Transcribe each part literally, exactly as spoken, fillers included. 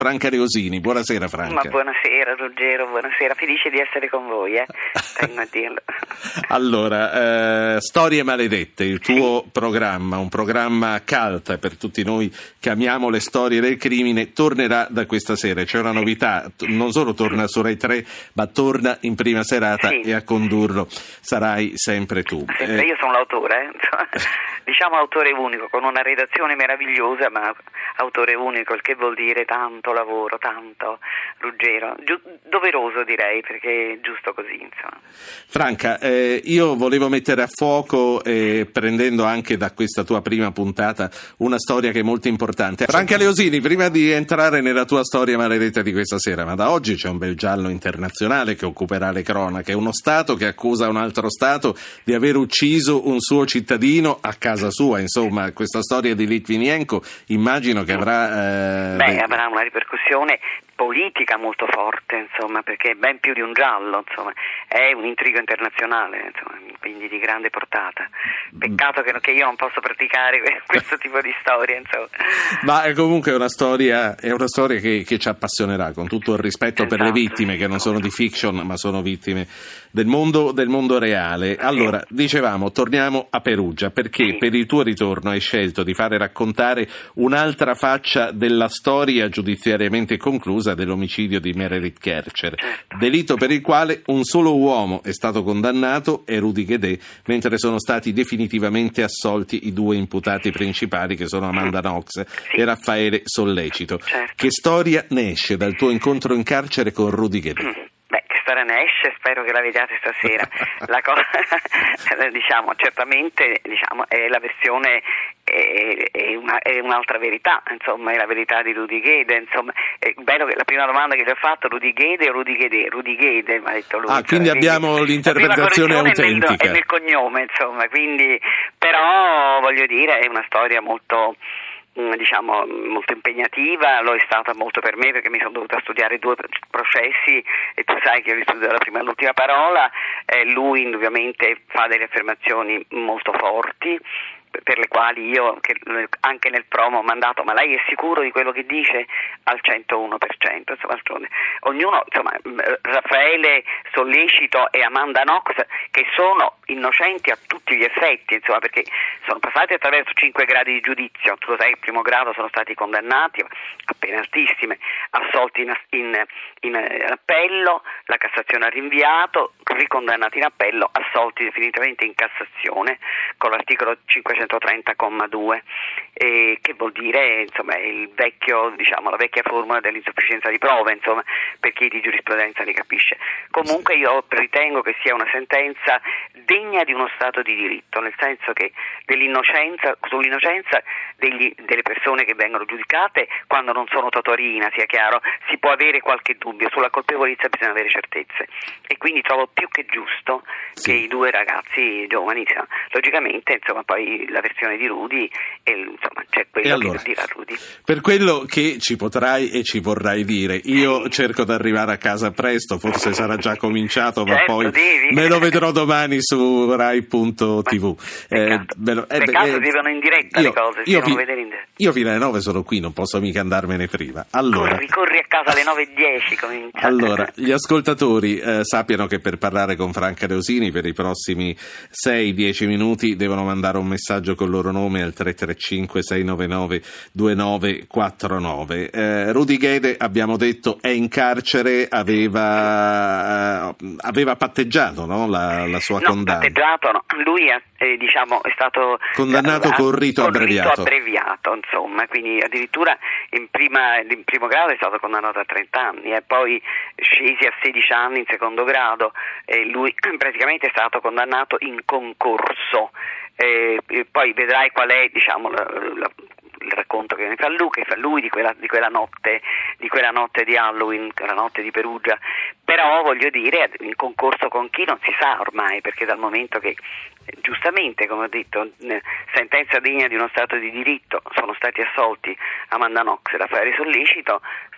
Franca Leosini. Buonasera Franca. Ma buonasera Ruggero, buonasera, felice di essere con voi, eh. tengo a dirlo. Allora, eh, Storie maledette, il tuo sì. programma, un programma cult per tutti noi che amiamo le storie del crimine, tornerà da questa sera. C'è una novità, non solo torna su Rai tre, ma torna in prima serata sì. e a condurlo sarai sempre tu. Sempre, eh, io sono l'autore, eh. diciamo autore unico, con una redazione meravigliosa, ma autore unico, il che vuol dire tanto lavoro, tanto, Ruggero, Giu- doveroso direi, perché è giusto così, insomma. Franca, eh, io volevo mettere a fuoco, eh, prendendo anche da questa tua prima puntata, una storia che è molto importante. Franca Leosini, prima di entrare nella tua storia maledetta di questa sera, ma da oggi c'è un bel giallo internazionale che occuperà le cronache, uno Stato che accusa un altro Stato di aver ucciso un suo cittadino a casa sua, insomma, questa storia di Litvinenko immagino che avrà... Eh, Beh, avrà una ripercussione politica molto forte, insomma, perché è ben più di un giallo, insomma, è un intrigo internazionale, insomma, quindi di grande portata. Peccato che, che io non posso praticare questo tipo di storia, insomma. Ma è comunque una storia, è una storia che, che ci appassionerà, con tutto il rispetto esatto, per le vittime, che non sono di fiction, ma sono vittime del mondo, del mondo reale. Allora, sì. dicevamo, torniamo a Perugia, perché sì. per il tuo ritorno hai scelto di fare raccontare un'altra faccia della storia giudiziariamente conclusa dell'omicidio di Meredith Kercher, certo. delitto per il quale un solo uomo è stato condannato, e Rudy Guedet, mentre sono stati definitivamente assolti i due imputati principali, che sono Amanda Knox sì. e Raffaele Sollecito. Certo. Che storia ne esce dal tuo incontro in carcere con Rudy Guedet? Mm. Beh, che storia ne esce, spero che la vediate stasera. La cosa, diciamo, certamente, diciamo, è la versione, è, è, una, è un'altra verità, insomma, è la verità di Rudy Guedet, insomma. È bello che la prima domanda che gli ho fatto, Rudy Guedet o Rudy Guedet? Rudy Guedet, mi ha detto lui. Ah, quindi abbiamo quindi, l'interpretazione autentica. È nel, è nel cognome, insomma, quindi, però, voglio dire, è una storia molto... diciamo molto impegnativa, lo è stata molto per me perché mi sono dovuta studiare due processi e tu sai che io li studio dalla prima all'ultima parola. Eh, lui indubbiamente fa delle affermazioni molto forti per le quali io, che anche nel promo ho mandato, ma lei è sicuro di quello che dice? Al centouno per cento, insomma, ognuno, insomma, Raffaele Sollecito e Amanda Knox, che sono innocenti a tutti gli effetti, insomma, perché sono passati attraverso cinque gradi di giudizio, tu lo sai, il primo grado sono stati condannati a pene altissime, assolti in, in, in appello, la Cassazione ha rinviato, ricondannati in appello, assolti definitivamente in Cassazione con l'articolo cinquecentotrenta comma due, eh, che vuol dire, insomma, il vecchio, diciamo, la vecchia formula dell'insufficienza di prove, insomma, per chi di giurisprudenza ne capisce. Comunque io ritengo che sia una sentenza degna di uno Stato di diritto, nel senso che dell'innocenza, sull'innocenza degli, delle persone che vengono giudicate, quando non sono Totorina, sia chiaro, si può avere qualche dubbio, sulla colpevolezza bisogna avere certezze, e quindi trovo più che giusto sì. che i due ragazzi giovani, insomma, logicamente, insomma, poi la versione di Rudy, e, insomma, c'è quello e allora, che dirà Rudy. Per quello che ci potrai e ci vorrai dire, io sì. cerco di arrivare a casa presto, forse sarà già cominciato, ma certo, poi devi. me lo vedrò domani su rai punto tivù. Peccato, eh, lo, eh, peccato eh, vivono in diretta io, le cose, si io, devono fi- vedere in diretta. Io fino alle nove sono qui, non posso mica andarmene prima. Allora, corri, corri a casa alle nove e dieci, comincia. Allora, gli ascoltatori eh, sappiano che per parlare con Franca Leosini per i prossimi sei dieci minuti devono mandare un messaggio con il loro nome al tre tre cinque sei nove nove due nove quattro nove. Eh, Rudy Guedet, abbiamo detto, è in carcere, aveva, eh, aveva patteggiato, no? la, la sua no, condanna. patteggiato no, lui è, eh, diciamo, è stato condannato eh, con rito con abbreviato. Rito abbreviato, insomma, quindi addirittura in, prima, in primo grado è stato condannato a trenta anni e poi scesi a sedici anni in secondo grado, e lui praticamente è stato condannato in concorso. Eh, poi vedrai qual è, diciamo, la, la, il racconto che ne fa lui, che fa lui di quella, di quella notte di quella notte di Halloween, la notte di Perugia. Però voglio dire, in concorso con chi non si sa ormai, perché dal momento che giustamente, come ho detto, sentenza degna di uno Stato di diritto, sono stati assolti Amanda Knox e Raffaele Sollecito,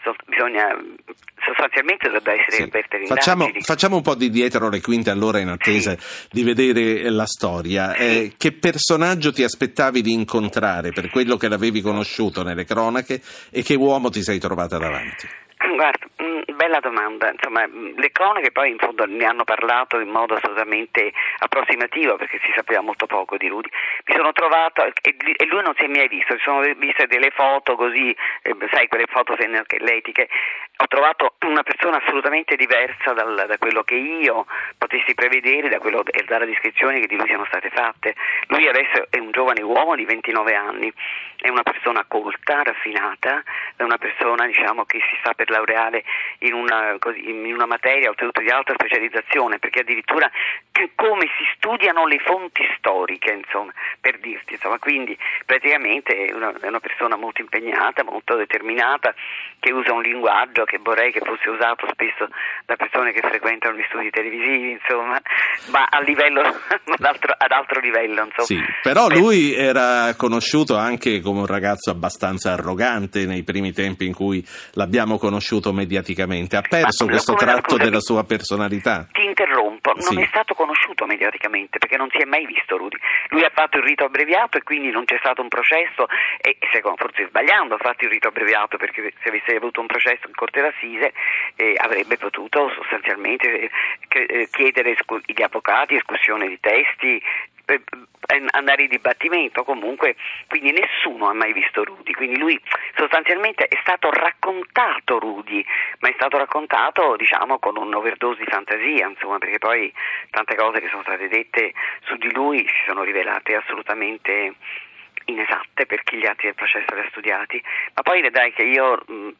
bisogna sostanzialmente dovrebbe essere sì. aperte le facciamo, indagini. facciamo un po' di dietro le quinte allora in attesa sì. di vedere la storia. Sì. Eh, che personaggio ti aspettavi di incontrare per quello che l'avevi conosciuto nelle cronache e che uomo ti sei trovata davanti? Guarda, mh, bella domanda, insomma le cronache poi in fondo ne hanno parlato in modo assolutamente approssimativo perché si sapeva molto poco di Rudy. Mi sono trovata e, e lui non si è mai visto, ci sono viste delle foto così, eh, sai quelle foto segnaletiche, ho trovato una persona assolutamente diversa dal, da quello che io potessi prevedere da quello, e dalla descrizione che di lui siano state fatte. Lui adesso è un giovane uomo di ventinove anni, è una persona colta, raffinata, è una persona diciamo che si sta per laureare in una, così, in una materia oltretutto di alta specializzazione, perché addirittura come si studiano le fonti storiche, insomma, per dirti, insomma, quindi praticamente è una, è una persona molto impegnata, molto determinata, che usa un linguaggio che vorrei che fosse usato spesso da persone che frequentano gli studi televisivi, insomma, ma a livello ad, altro, ad altro livello, insomma. Sì, però lui era conosciuto anche come un ragazzo abbastanza arrogante nei primi tempi in cui l'abbiamo conosciuto mediaticamente. Ha perso ma, questo tratto scusami, della sua personalità? Ti interrompo, non sì. è stato conosciuto mediaticamente perché non si è mai visto Rudy. Lui ha fatto il rito abbreviato e quindi non c'è stato un processo e secondo, forse sbagliando ha fatto il rito abbreviato perché se avesse avuto un processo in corte d'assise eh, avrebbe potuto sostanzialmente eh, chiedere scu- gli avvocati, escursione di testi, eh, andare in dibattimento, comunque quindi nessuno ha mai visto Rudy, quindi lui sostanzialmente è stato raccontato Rudy, ma è stato raccontato diciamo con un overdose di fantasia, insomma, perché poi tante cose che sono state dette su di lui si sono rivelate assolutamente inesatte per chi gli atti del processo li ha studiati, ma poi vedrai che io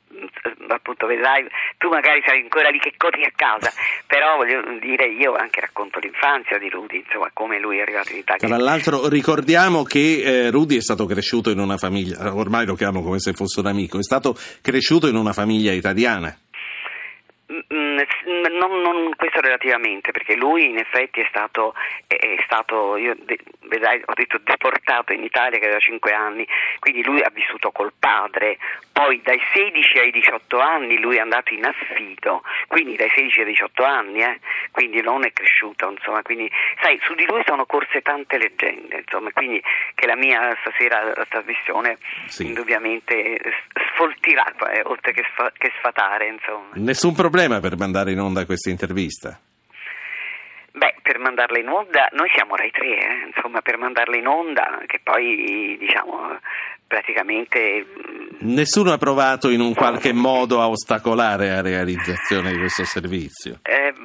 mh, appunto vedrai, tu magari sei ancora lì che corri a casa, però voglio dire io anche racconto l'infanzia di Rudy, insomma come lui è arrivato in Italia. Tra l'altro ricordiamo che eh, Rudy è stato cresciuto in una famiglia, ormai lo chiamo come se fosse un amico, è stato cresciuto in una famiglia italiana. Non, non questo relativamente, perché lui in effetti è stato, è stato io de, vedrai, ho detto deportato in Italia che aveva cinque anni, quindi lui ha vissuto col padre, poi dai sedici ai diciotto anni lui è andato in affido, quindi dai sedici ai diciotto anni, eh, quindi non è cresciuto, insomma, quindi sai, su di lui sono corse tante leggende, insomma, quindi che la mia stasera la trasmissione sì. indubbiamente sfoltirà, eh, oltre che, sfa, che sfatare, insomma. Nessun problema per mandare in onda questa intervista? Beh, per mandarla in onda, noi siamo Rai tre, eh, insomma, per mandarla in onda, che poi, diciamo, praticamente... Nessuno ha provato in un qualche modo a ostacolare la realizzazione di questo servizio? Eh,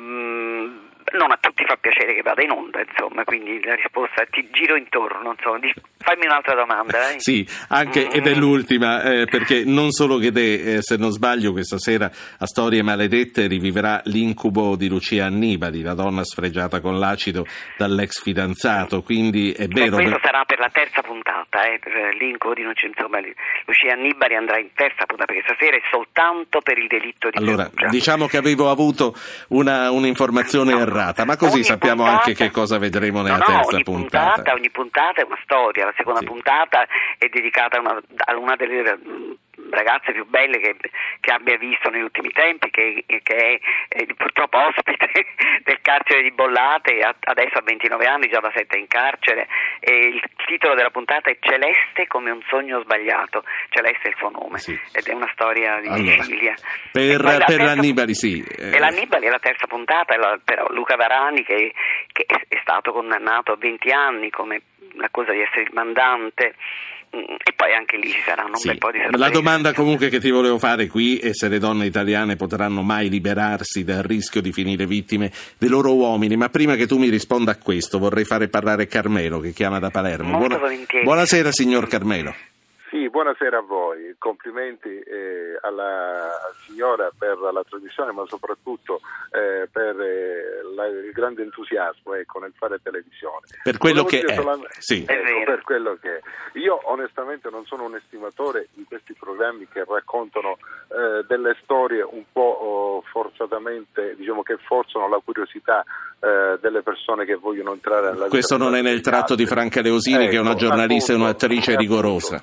non a tutti fa piacere che vada in onda, insomma, quindi la risposta ti giro intorno, insomma, di, fammi un'altra domanda. Eh? Sì, anche, mm. ed è l'ultima, eh, perché non solo che te, eh, se non sbaglio, questa sera a Storie Maledette riviverà l'incubo di Lucia Annibali, la donna sfregiata con l'acido dall'ex fidanzato, quindi è vero... Beh, questo per... sarà per la terza puntata, eh, per l'incubo di Lucia, insomma, Lucia Annibali andrà in terza puntata, perché stasera è soltanto per il delitto di Allora, Perugia. Diciamo che avevo avuto una, un'informazione no. errata, ma così ogni sappiamo puntata, anche che cosa vedremo nella no, no, terza ogni puntata. puntata. Ogni puntata è una storia, la seconda sì. puntata è dedicata a una, a una delle ragazze più belle che, che abbia visto negli ultimi tempi, che, che è, è purtroppo ospite del carcere di Bollate, adesso ha ventinove anni, già da sette è in carcere, e il titolo della puntata è Celeste come un sogno sbagliato. Celeste è il suo nome, sì. ed è una storia di allora, Sicilia. Per, per terza, l'Annibali, sì. E l'Annibali è la terza puntata, la, però Luca Varani che, che è stato condannato a venti anni come l'accusa di essere il mandante. E poi anche lì ci saranno sì. un bel po' di sorprese. La domanda comunque che ti volevo fare qui è se le donne italiane potranno mai liberarsi dal rischio di finire vittime dei loro uomini, ma prima che tu mi risponda a questo vorrei fare parlare Carmelo che chiama da Palermo. Buona... Buonasera signor Carmelo. Sì, buonasera a voi, complimenti eh, alla signora per la trasmissione, ma soprattutto eh, per eh, la, il grande entusiasmo ecco, nel fare televisione. Per quello Volevo che è, solamente, sì. ecco, per quello che è. Io onestamente non sono un estimatore di questi programmi che raccontano eh, delle storie un po' oh, forzatamente, diciamo che forzano la curiosità eh, delle persone che vogliono entrare nella vita. Questo non è nel tratto di Franca Leosini, ecco, che è una giornalista appunto, e un'attrice rigorosa.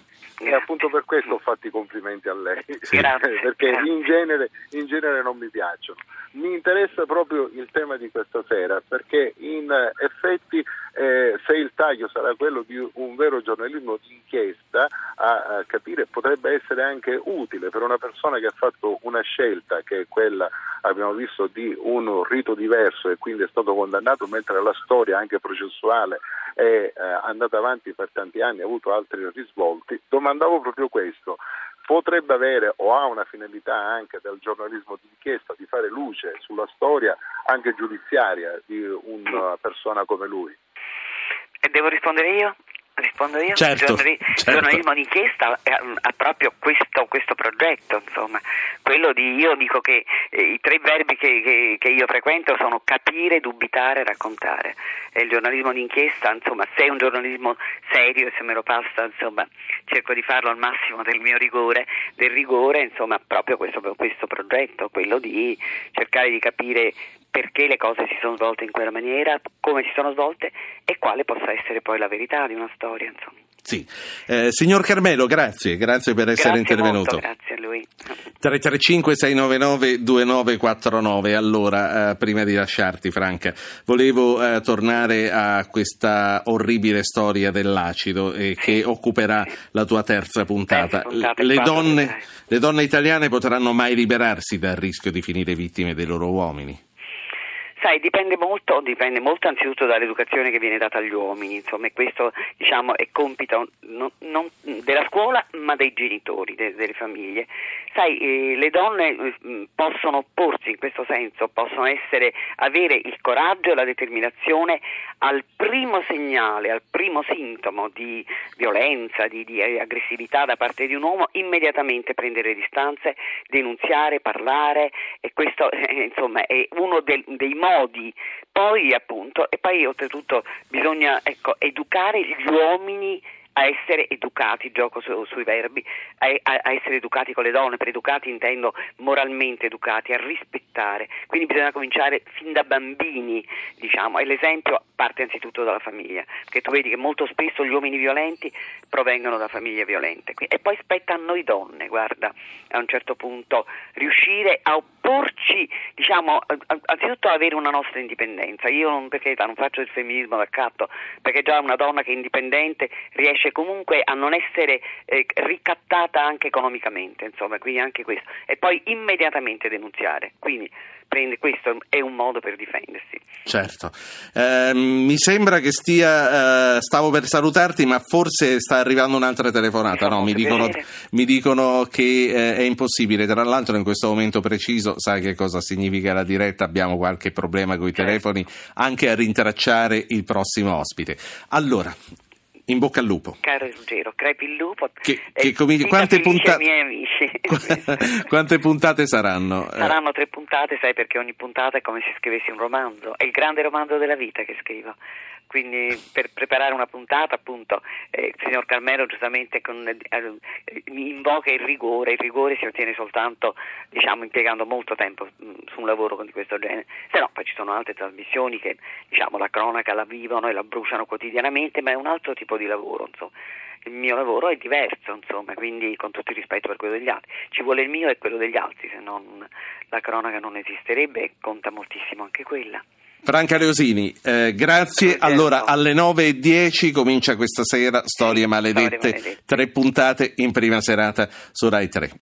e appunto per questo ho fatto i complimenti a lei, sì. Grazie, perché grazie. In, genere, in genere non mi piacciono. Mi interessa proprio il tema di questa sera, perché in effetti eh, se il taglio sarà quello di un vero giornalismo di inchiesta, a, a capire potrebbe essere anche utile per una persona che ha fatto una scelta, che è quella, abbiamo visto, di un rito diverso e quindi è stato condannato, mentre la storia anche processuale è eh, andata avanti per tanti anni, ha avuto altri risvolti. Domandavo proprio questo: potrebbe avere o ha una finalità anche del giornalismo d'inchiesta di fare luce sulla storia anche giudiziaria di una persona come lui? E devo rispondere io? Rispondo io? Certo, il giornali- certo. giornalismo d'inchiesta ha, ha proprio questo, questo progetto, insomma, quello di, io dico che eh, i tre verbi che, che, che io frequento sono capire, dubitare, raccontare. E il giornalismo d'inchiesta, insomma, se è un giornalismo serio e se me lo passa, insomma, cerco di farlo al massimo del mio rigore, del rigore, insomma, proprio questo, questo progetto, quello di cercare di capire perché le cose si sono svolte in quella maniera, come si sono svolte e quale possa essere poi la verità di una storia, insomma. Sì. Eh, signor Carmelo, grazie, grazie per essere grazie intervenuto. Molto, grazie a lui. tre tre cinque sei nove nove due nove quattro nove. Allora, eh, prima di lasciarti, Franca, volevo eh, tornare a questa orribile storia dell'acido eh, che occuperà la tua terza puntata. puntate, Le donne, puntate. le donne italiane potranno mai liberarsi dal rischio di finire vittime dei loro uomini? Sai, dipende molto, dipende molto anzitutto dall'educazione che viene data agli uomini, insomma, e questo, diciamo, è compito non, non della scuola ma dei genitori, de, delle famiglie. Sai, eh, le donne eh, possono opporsi in questo senso, possono essere, avere il coraggio e la determinazione al primo segnale, al primo sintomo di violenza, di, di aggressività da parte di un uomo, immediatamente prendere le distanze, denunziare, parlare, e questo eh, insomma è uno del, dei modi. Poi appunto, e poi oltretutto bisogna, ecco, educare gli uomini a essere educati, gioco su, sui verbi, a, a essere educati con le donne. Per educati intendo moralmente educati, a rispettare, quindi bisogna cominciare fin da bambini, diciamo, e l'esempio parte anzitutto dalla famiglia, perché tu vedi che molto spesso gli uomini violenti provengono da famiglie violente, e poi spetta a noi donne, guarda, a un certo punto riuscire a opporci, diciamo, anzitutto avere una nostra indipendenza. Io non, per carità, non faccio il femminismo d'accatto, perché già una donna che è indipendente riesce comunque a non essere eh, ricattata anche economicamente, insomma, quindi anche questo, e poi immediatamente denunziare, quindi prende, questo è un modo per difendersi. Certo, eh, mi sembra che stia, eh, stavo per salutarti, ma forse sta arrivando un'altra telefonata. No, mi dicono, mi dicono che eh, è impossibile, tra l'altro in questo momento preciso, sai che cosa significa la diretta, abbiamo qualche problema con i telefoni, anche a rintracciare il prossimo ospite. Allora, in bocca al lupo. Caro Ruggero, crepi il lupo. Che, che cominci, quante puntate? Miei amici. Quante puntate saranno? Saranno tre puntate, sai, perché ogni puntata è come se scrivessi un romanzo. È il grande romanzo della vita che scrivo. Quindi per preparare una puntata, appunto, eh, il signor Carmelo giustamente con, eh, mi invoca il rigore. Il rigore si ottiene soltanto, diciamo, impiegando molto tempo mh, su un lavoro di questo genere. Se no, poi ci sono altre trasmissioni che, diciamo, la cronaca la vivono e la bruciano quotidianamente, ma è un altro tipo di lavoro, insomma. Il mio lavoro è diverso, insomma, quindi con tutto il rispetto per quello degli altri. Ci vuole il mio e quello degli altri, se no la cronaca non esisterebbe, e conta moltissimo anche quella. Franca Leosini, eh, grazie. Allora, alle nove e dieci comincia questa sera Storie Maledette, Storie Maledette. Tre puntate in prima serata su Rai tre.